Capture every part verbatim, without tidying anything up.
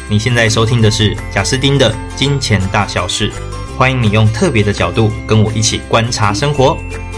你现在收听的是贾斯汀的金钱大小事，欢迎你用特别的角度跟我一起观察生活。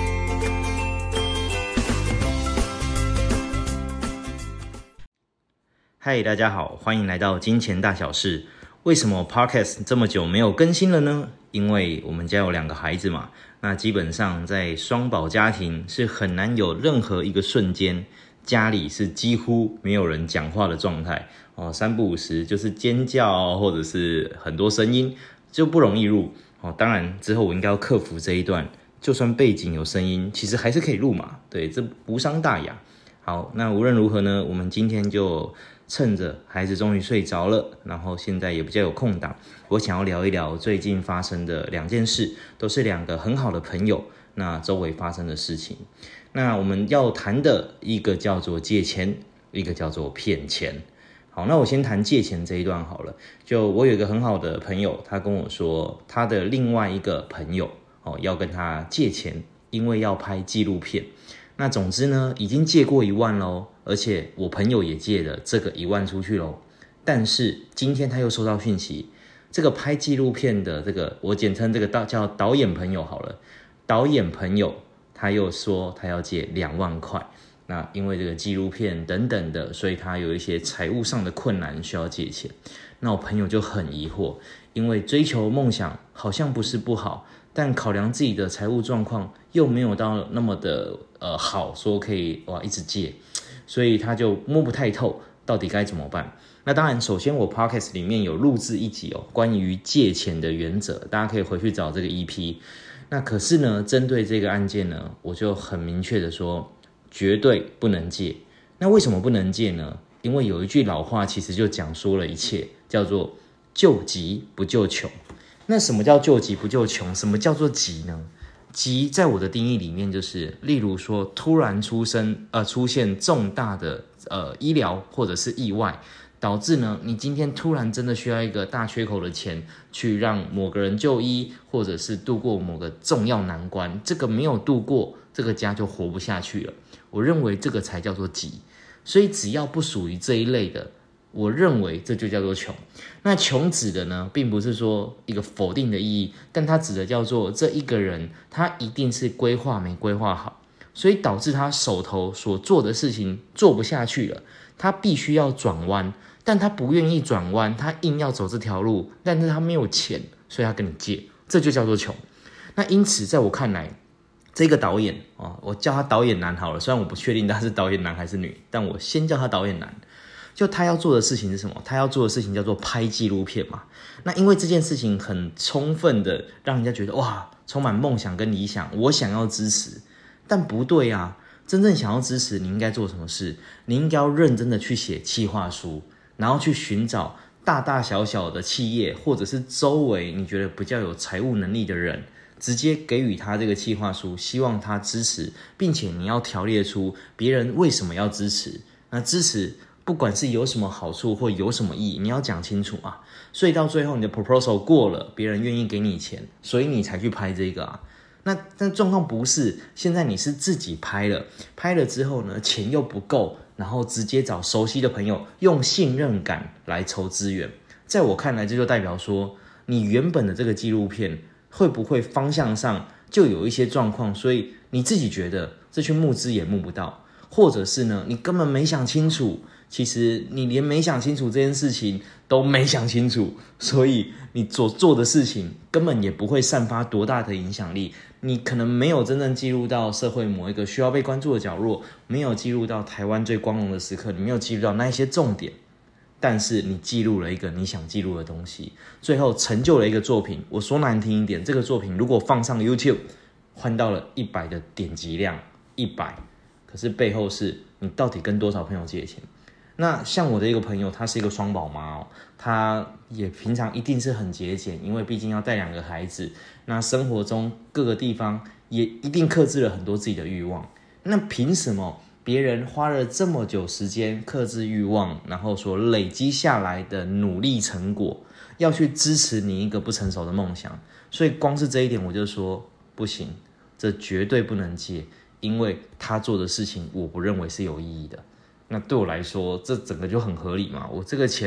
嗨，大家好，欢迎来到金钱大小事。为什么 Podcast 这么久没有更新了呢？因为我们家有两个孩子嘛，那基本上在双宝家庭是很难有任何一个瞬间家里是几乎没有人讲话的状态哦，三不五时就是尖叫或者是很多声音，就不容易录哦。当然之后我应该要克服这一段，就算背景有声音，其实还是可以录嘛，对，这无伤大雅。好，那无论如何呢，我们今天就趁着孩子终于睡着了，然后现在也比较有空档，我想要聊一聊最近发生的两件事，都是两个很好的朋友那周围发生的事情。那我们要谈的一个叫做借钱，一个叫做骗钱。好，那我先谈借钱这一段好了。就我有一个很好的朋友，他跟我说，他的另外一个朋友哦要跟他借钱，因为要拍纪录片。那总之呢，已经借过一万咯，而且我朋友也借了这个一万出去咯。但是今天他又收到讯息，这个拍纪录片的这个，我简称这个叫导演朋友好了，导演朋友他又说他要借两万块。那因为这个纪录片等等的，所以他有一些财务上的困难需要借钱。那我朋友就很疑惑，因为追求梦想好像不是不好，但考量自己的财务状况又没有到那么的呃好，说可以哇一直借，所以他就摸不太透到底该怎么办。那当然，首先我 Podcast 里面有录制一集哦，关于借钱的原则，大家可以回去找这个 E P。那可是呢，针对这个案件呢，我就很明确的说，绝对不能借。那为什么不能借呢？因为有一句老话其实就讲说了一切，叫做救急不救穷。那什么叫救急不救穷？什么叫做急呢？急在我的定义里面就是，例如说突然出生呃出现重大的呃医疗或者是意外，导致呢你今天突然真的需要一个大缺口的钱去让某个人就医，或者是度过某个重要难关，这个没有度过，这个家就活不下去了。我认为这个才叫做急。所以只要不属于这一类的，我认为这就叫做穷。那穷指的呢，并不是说一个否定的意义，但它指的叫做这一个人他一定是规划没规划好，所以导致他手头所做的事情做不下去了，他必须要转弯，但他不愿意转弯，他硬要走这条路，但是他没有钱，所以他跟你借，这就叫做穷。那因此在我看来，这个导演哦，我叫他导演男好了，虽然我不确定他是导演男还是女，但我先叫他导演男。就他要做的事情是什么？他要做的事情叫做拍纪录片嘛。那因为这件事情很充分的让人家觉得哇，充满梦想跟理想，我想要支持。但不对啊，真正想要支持，你应该做什么事？你应该要认真的去写企划书，然后去寻找大大小小的企业，或者是周围你觉得比较有财务能力的人，直接给予他这个企划书，希望他支持，并且你要条列出别人为什么要支持。那支持不管是有什么好处或有什么意义，你要讲清楚啊。所以到最后你的 proposal 过了，别人愿意给你钱，所以你才去拍这个啊。那但状况不是，现在你是自己拍了，拍了之后呢，钱又不够，然后直接找熟悉的朋友，用信任感来筹资源。在我看来，这就代表说，你原本的这个纪录片会不会方向上就有一些状况，所以你自己觉得这去募资也募不到，或者是呢，你根本没想清楚。其实你连没想清楚这件事情都没想清楚，所以你所做的事情根本也不会散发多大的影响力。你可能没有真正记录到社会某一个需要被关注的角落，没有记录到台湾最光荣的时刻，你没有记录到那一些重点，但是你记录了一个你想记录的东西，最后成就了一个作品。我说难听一点，这个作品如果放上 YouTube， 换到了一百的点击量，一百，可是背后是你到底跟多少朋友借钱？那像我的一个朋友，她是一个双宝妈哦，她也平常一定是很节俭，因为毕竟要带两个孩子，那生活中各个地方也一定克制了很多自己的欲望。那凭什么别人花了这么久时间克制欲望，然后所累积下来的努力成果，要去支持你一个不成熟的梦想？所以光是这一点我就说不行，这绝对不能借，因为他做的事情我不认为是有意义的。那对我来说，这整个就很合理嘛。我这个钱，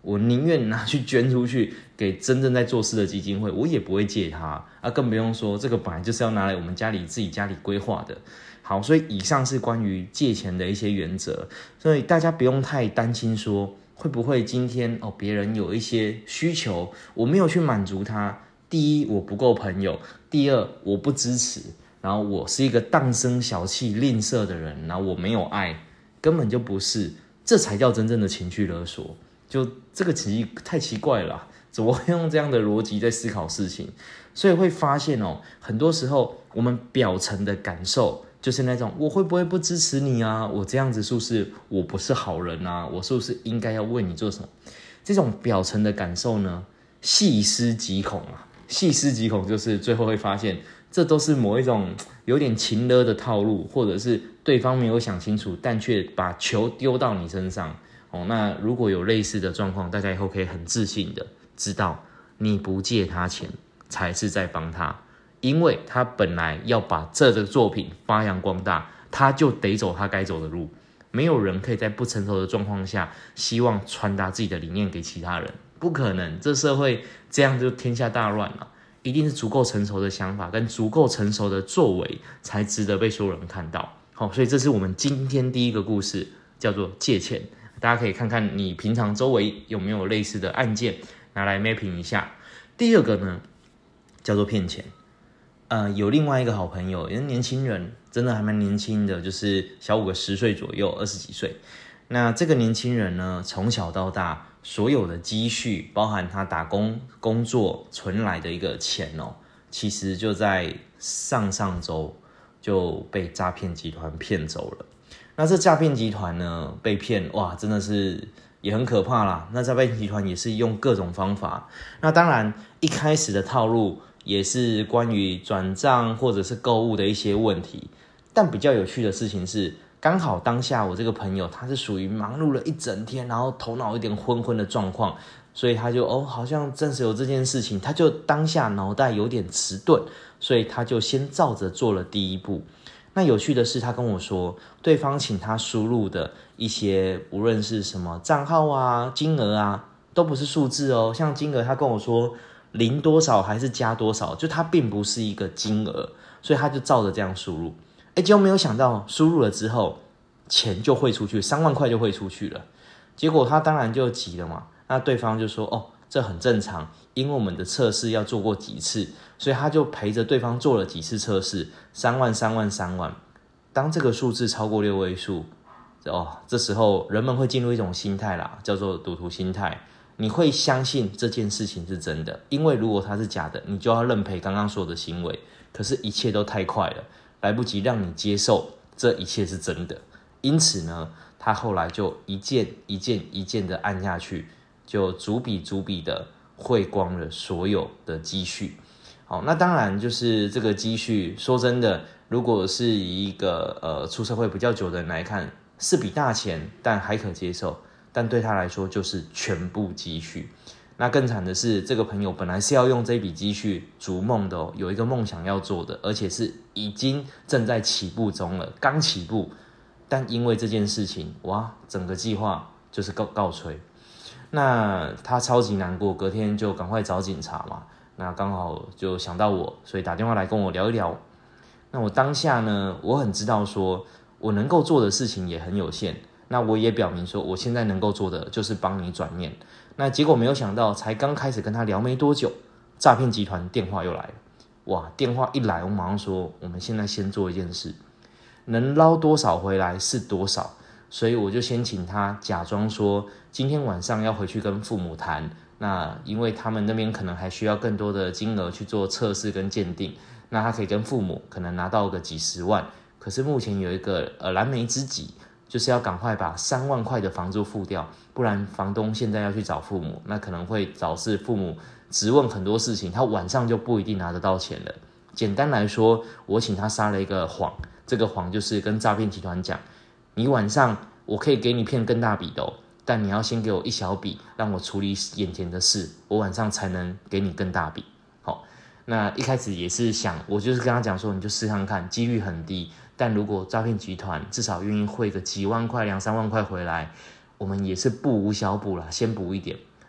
我宁愿拿去捐出去给真正在做事的基金会，我也不会借它啊，更不用说这个本来就是要拿来我们家里自己家里规划的。好，所以以上是关于借钱的一些原则，所以大家不用太担心说会不会今天哦别人有一些需求我没有去满足他，第一我不够朋友，第二我不支持，然后我是一个荡生小气吝啬的人，然后我没有爱，根本就不是，这才叫真正的情绪勒索。就这个其实太奇怪了啦，怎么会用这样的逻辑在思考事情？所以会发现哦，很多时候我们表层的感受就是那种我会不会不支持你啊？我这样子是不是我不是好人啊？我是不是应该要为你做什么？这种表层的感受呢，细思极恐啊！细思极恐就是最后会发现，这都是某一种有点情勒的套路，或者是对方没有想清楚，但却把球丢到你身上。哦，那如果有类似的状况，大家以后可以很自信的知道，你不借他钱才是在帮他，因为他本来要把这个作品发扬光大，他就得走他该走的路。没有人可以在不成熟的状况下，希望传达自己的理念给其他人，不可能。这社会这样就天下大乱了，一定是足够成熟的想法跟足够成熟的作为，才值得被所有人看到。好，所以这是我们今天第一个故事，叫做借钱。大家可以看看你平常周围有没有类似的案件，拿来 mapping 一下。第二个呢，叫做骗钱。呃，有另外一个好朋友，也是年轻人，真的还蛮年轻的，就是小我个十岁左右，二十几岁。那这个年轻人呢，从小到大所有的积蓄，包含他打工工作存来的一个钱哦，其实就在上上周就被诈骗集团骗走了。那这诈骗集团呢，被骗，哇，真的是也很可怕啦。那诈骗集团也是用各种方法，那当然一开始的套路也是关于转账或者是购物的一些问题。但比较有趣的事情是，刚好当下我这个朋友他是属于忙碌了一整天，然后头脑有点昏昏的状况，所以他就哦，好像正是有这件事情，他就当下脑袋有点迟钝，所以他就先照着做了第一步。那有趣的是，他跟我说，对方请他输入的一些，无论是什么账号啊、金额啊，都不是数字哦。像金额，他跟我说零多少还是加多少，就它并不是一个金额，所以他就照着这样输入。哎，结果没有想到，输入了之后，钱就汇出去，三万块就汇出去了。结果他当然就急了嘛，那对方就说，哦，这很正常，因为我们的测试要做过几次，所以他就陪着对方做了几次测试，三万、三万、三万。当这个数字超过六位数，哦，这时候人们会进入一种心态啦，叫做赌徒心态。你会相信这件事情是真的，因为如果它是假的，你就要认赔刚刚所有的行为。可是，一切都太快了，来不及让你接受这一切是真的。因此呢，他后来就一件一件一件的按下去，就逐笔逐笔的汇光了所有的积蓄。好，那当然就是这个积蓄，说真的，如果是以一个呃出社会比较久的人来看，是笔大钱，但还可接受。但对他来说就是全部积蓄。那更惨的是，这个朋友本来是要用这笔积蓄逐梦的哦，有一个梦想要做的，而且是已经正在起步中了，刚起步。但因为这件事情，哇，整个计划就是告告吹。那他超级难过，隔天就赶快找警察嘛。那刚好就想到我，所以打电话来跟我聊一聊。那我当下呢，我很知道说我能够做的事情也很有限。那我也表明说，我现在能够做的就是帮你转念。那结果没有想到，才刚开始跟他聊没多久，诈骗集团电话又来了。哇，电话一来，我马上说，我们现在先做一件事，能捞多少回来是多少。所以我就先请他假装说，今天晚上要回去跟父母谈。那因为他们那边可能还需要更多的金额去做测试跟鉴定，那他可以跟父母可能拿到个几十万。可是目前有一个呃燃眉之急，就是要赶快把三万块的房租付掉，不然房东现在要去找父母，那可能会导致父母质问很多事情，他晚上就不一定拿得到钱了。简单来说，我请他撒了一个谎，这个谎就是跟诈骗集团讲，你晚上我可以给你骗更大笔的哦，但你要先给我一小笔，让我处理眼前的事，我晚上才能给你更大笔。好，那一开始也是想，我就是跟他讲说，你就试看看，几率很低。但如果诈骗集团至少愿意汇个几万块、两三万块回来，我们也是不无小补啦，先补一点。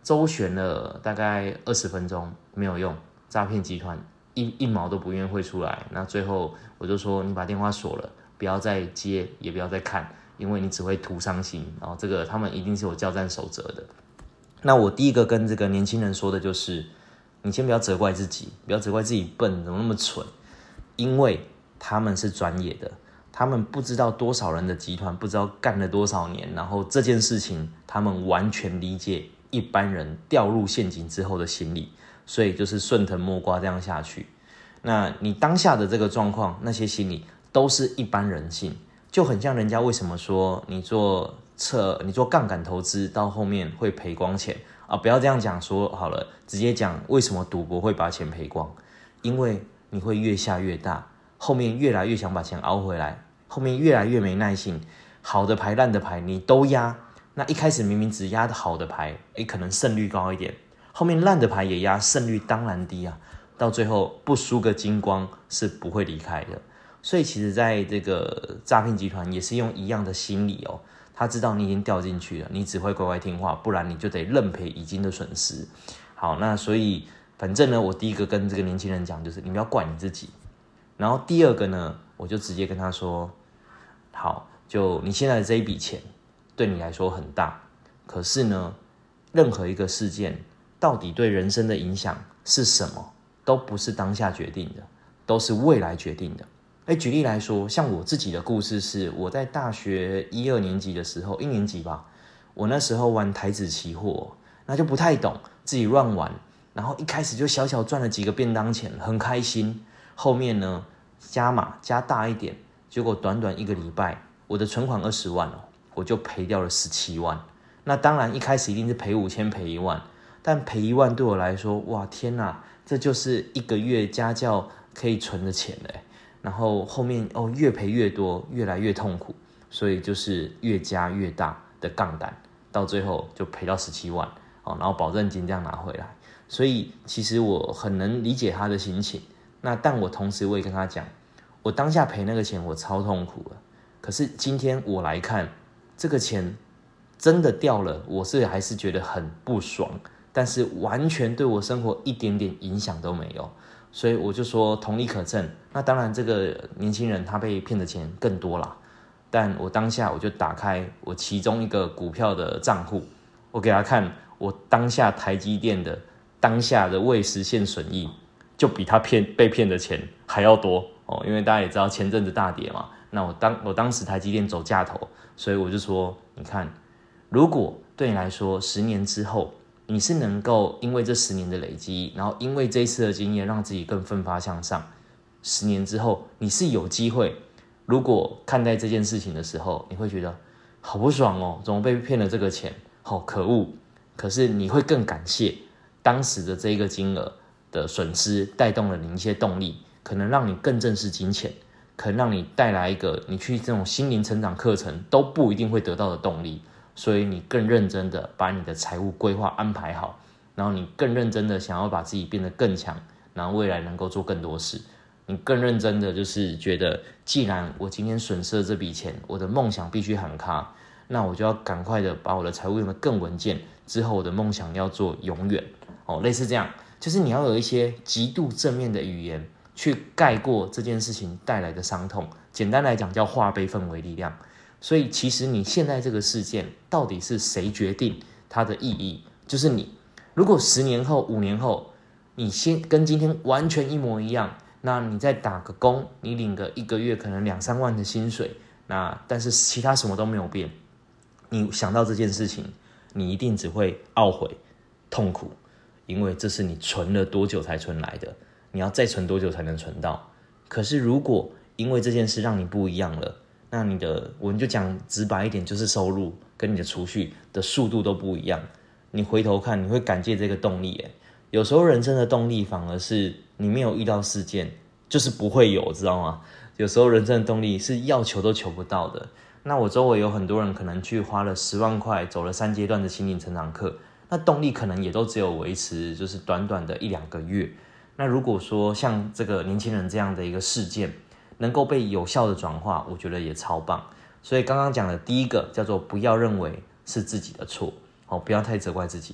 周旋了大概二十分钟没有用，诈骗集团一一毛都不愿意汇出来。那最后我就说，你把电话锁了，不要再接，也不要再看，因为你只会徒伤心。然后这个他们一定是有交战守则的。那我第一个跟这个年轻人说的就是，你先不要责怪自己，不要责怪自己笨，怎么那么蠢，因为他们是专业的，他们不知道多少人的集团，不知道干了多少年，然后这件事情他们完全理解一般人掉入陷阱之后的心理，所以就是顺藤摸瓜这样下去。那你当下的这个状况，那些心理都是一般人性，就很像人家为什么说你做测你做杠杆投资到后面会赔光钱啊？不要这样讲说好了，直接讲为什么赌博会把钱赔光，因为你会越下越大，后面越来越想把钱熬回来，后面越来越没耐性，好的牌烂的牌你都压，那一开始明明只压好的牌，诶可能胜率高一点，后面烂的牌也压，胜率当然低啊，到最后不输个精光是不会离开的。所以其实在这个诈骗集团也是用一样的心理哦，他知道你已经掉进去了，你只会乖乖听话，不然你就得认赔已经的损失。好，那所以反正呢，我第一个跟这个年轻人讲就是，你不要怪你自己。然后第二个呢，我就直接跟他说，好，就你现在的这一笔钱对你来说很大，可是呢，任何一个事件到底对人生的影响是什么，都不是当下决定的，都是未来决定的。哎，举例来说，像我自己的故事是，我在大学一二年级的时候，一年级吧，我那时候玩台指期货，那就不太懂，自己乱玩，然后一开始就小小赚了几个便当钱，很开心。后面呢，加码加大一点，结果短短一个礼拜，我的存款二十万哦，我就赔掉了十七万。那当然一开始一定是赔五千赔一万，但赔一万对我来说，哇天哪，这就是一个月家教可以存的钱嘞。然后后面哦越赔越多，越来越痛苦，所以就是越加越大的杠杆，到最后就赔到十七万哦，然后保证金这样拿回来。所以其实我很能理解他的心情。那但我同时我也跟他讲，我当下赔那个钱我超痛苦了，可是今天我来看这个钱真的掉了，我是还是觉得很不爽，但是完全对我生活一点点影响都没有。所以我就说同理可证，那当然这个年轻人他被骗的钱更多啦，但我当下我就打开我其中一个股票的账户，我给他看我当下台积电的当下的未实现损益，就比他骗被骗的钱还要多哦。因为大家也知道前阵子大跌嘛，那我当我当时台积电走价头，所以我就说，你看，如果对你来说十年之后，你是能够因为这十年的累积，然后因为这一次的经验让自己更奋发向上，十年之后你是有机会，如果看待这件事情的时候，你会觉得好不爽哦，怎么被骗了这个钱，好可恶。可是你会更感谢当时的这个金额的损失带动了你一些动力，可能让你更正视金钱，可能让你带来一个你去这种心灵成长课程都不一定会得到的动力。所以你更认真的把你的财务规划安排好，然后你更认真的想要把自己变得更强，然后未来能够做更多事。你更认真的就是觉得，既然我今天损失了这笔钱，我的梦想必须喊卡，那我就要赶快的把我的财务用得更稳健，之后我的梦想要做永远哦，类似这样，就是你要有一些极度正面的语言去盖过这件事情带来的伤痛。简单来讲，叫化悲愤为力量。所以其实你现在这个事件到底是谁决定它的意义，就是你。如果十年后五年后你先跟今天完全一模一样，那你再打个工，你领个一个月可能两三万的薪水，那但是其他什么都没有变，你想到这件事情，你一定只会懊悔痛苦，因为这是你存了多久才存来的，你要再存多久才能存到。可是如果因为这件事让你不一样了，那你的，我们就讲直白一点，就是收入跟你的储蓄的速度都不一样。你回头看，你会感谢这个动力耶。有时候人生的动力反而是你没有遇到事件，就是不会有，知道吗？有时候人生的动力是要求都求不到的。那我周围有很多人可能去花了十万块，走了三阶段的心灵成长课，那动力可能也都只有维持就是短短的一两个月。那如果说像这个年轻人这样的一个事件，能够被有效的转化，我觉得也超棒。所以刚刚讲的第一个叫做不要认为是自己的错，哦，不要太责怪自己。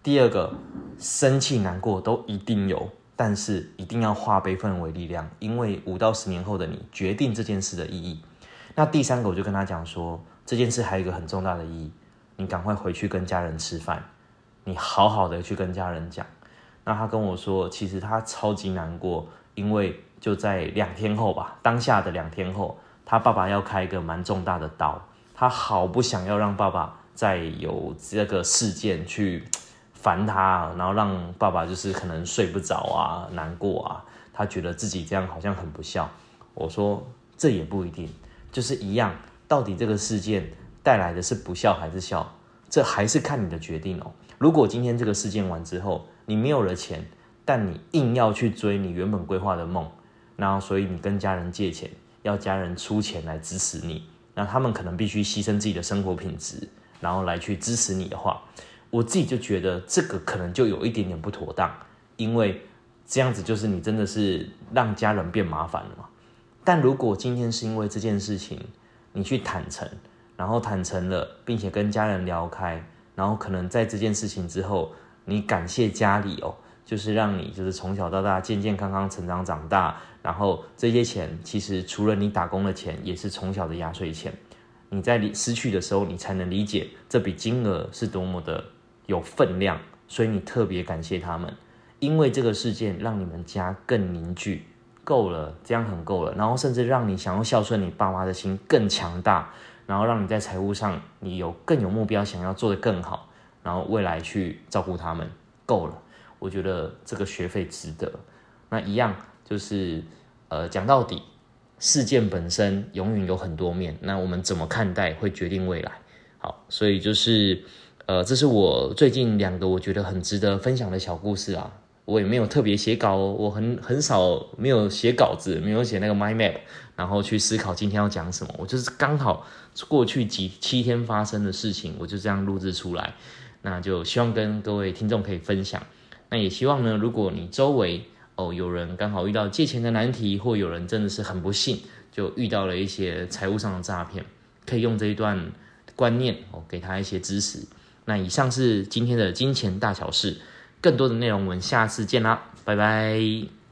第二个，生气难过都一定有，但是一定要化悲愤为力量，因为五到十年后的你决定这件事的意义。那第三个，我就跟他讲说，这件事还有一个很重大的意义，你赶快回去跟家人吃饭，你好好的去跟家人讲。那他跟我说，其实他超级难过，因为就在两天后吧，当下的两天后，他爸爸要开一个蛮重大的刀，他好不想要让爸爸再有这个事件去烦他，然后让爸爸就是可能睡不着啊，难过啊，他觉得自己这样好像很不孝。我说这也不一定，就是一样，到底这个事件带来的是不孝还是孝，这还是看你的决定哦。如果今天这个事件完之后，你没有了钱，但你硬要去追你原本规划的梦，然后所以你跟家人借钱，要家人出钱来支持你，那他们可能必须牺牲自己的生活品质，然后来去支持你的话，我自己就觉得这个可能就有一点点不妥当，因为这样子就是你真的是让家人变麻烦了嘛。但如果今天是因为这件事情你去坦诚，然后坦诚了，并且跟家人聊开，然后可能在这件事情之后，你感谢家里哦，就是让你就是从小到大健健康康成长长大，然后这些钱其实除了你打工的钱，也是从小的压岁钱。你在失去的时候，你才能理解这笔金额是多么的有分量，所以你特别感谢他们，因为这个事件让你们家更凝聚，够了，这样很够了，然后甚至让你想要孝顺你爸妈的心更强大，然后让你在财务上你有更有目标，想要做得更好，然后未来去照顾他们，够了，我觉得这个学费值得。那一样就是呃，讲到底，事件本身永远有很多面，那我们怎么看待会决定未来。好，所以就是呃，这是我最近两个我觉得很值得分享的小故事啊。我也没有特别写稿哦，我很很少没有写稿子，没有写那个 mind map， 然后去思考今天要讲什么。我就是刚好过去几七天发生的事情，我就这样录制出来。那就希望跟各位听众可以分享。那也希望呢，如果你周围哦有人刚好遇到借钱的难题，或有人真的是很不幸就遇到了一些财务上的诈骗，可以用这一段观念哦给他一些支持。那以上是今天的金钱大小事。更多的内容我们下次见啦，拜拜。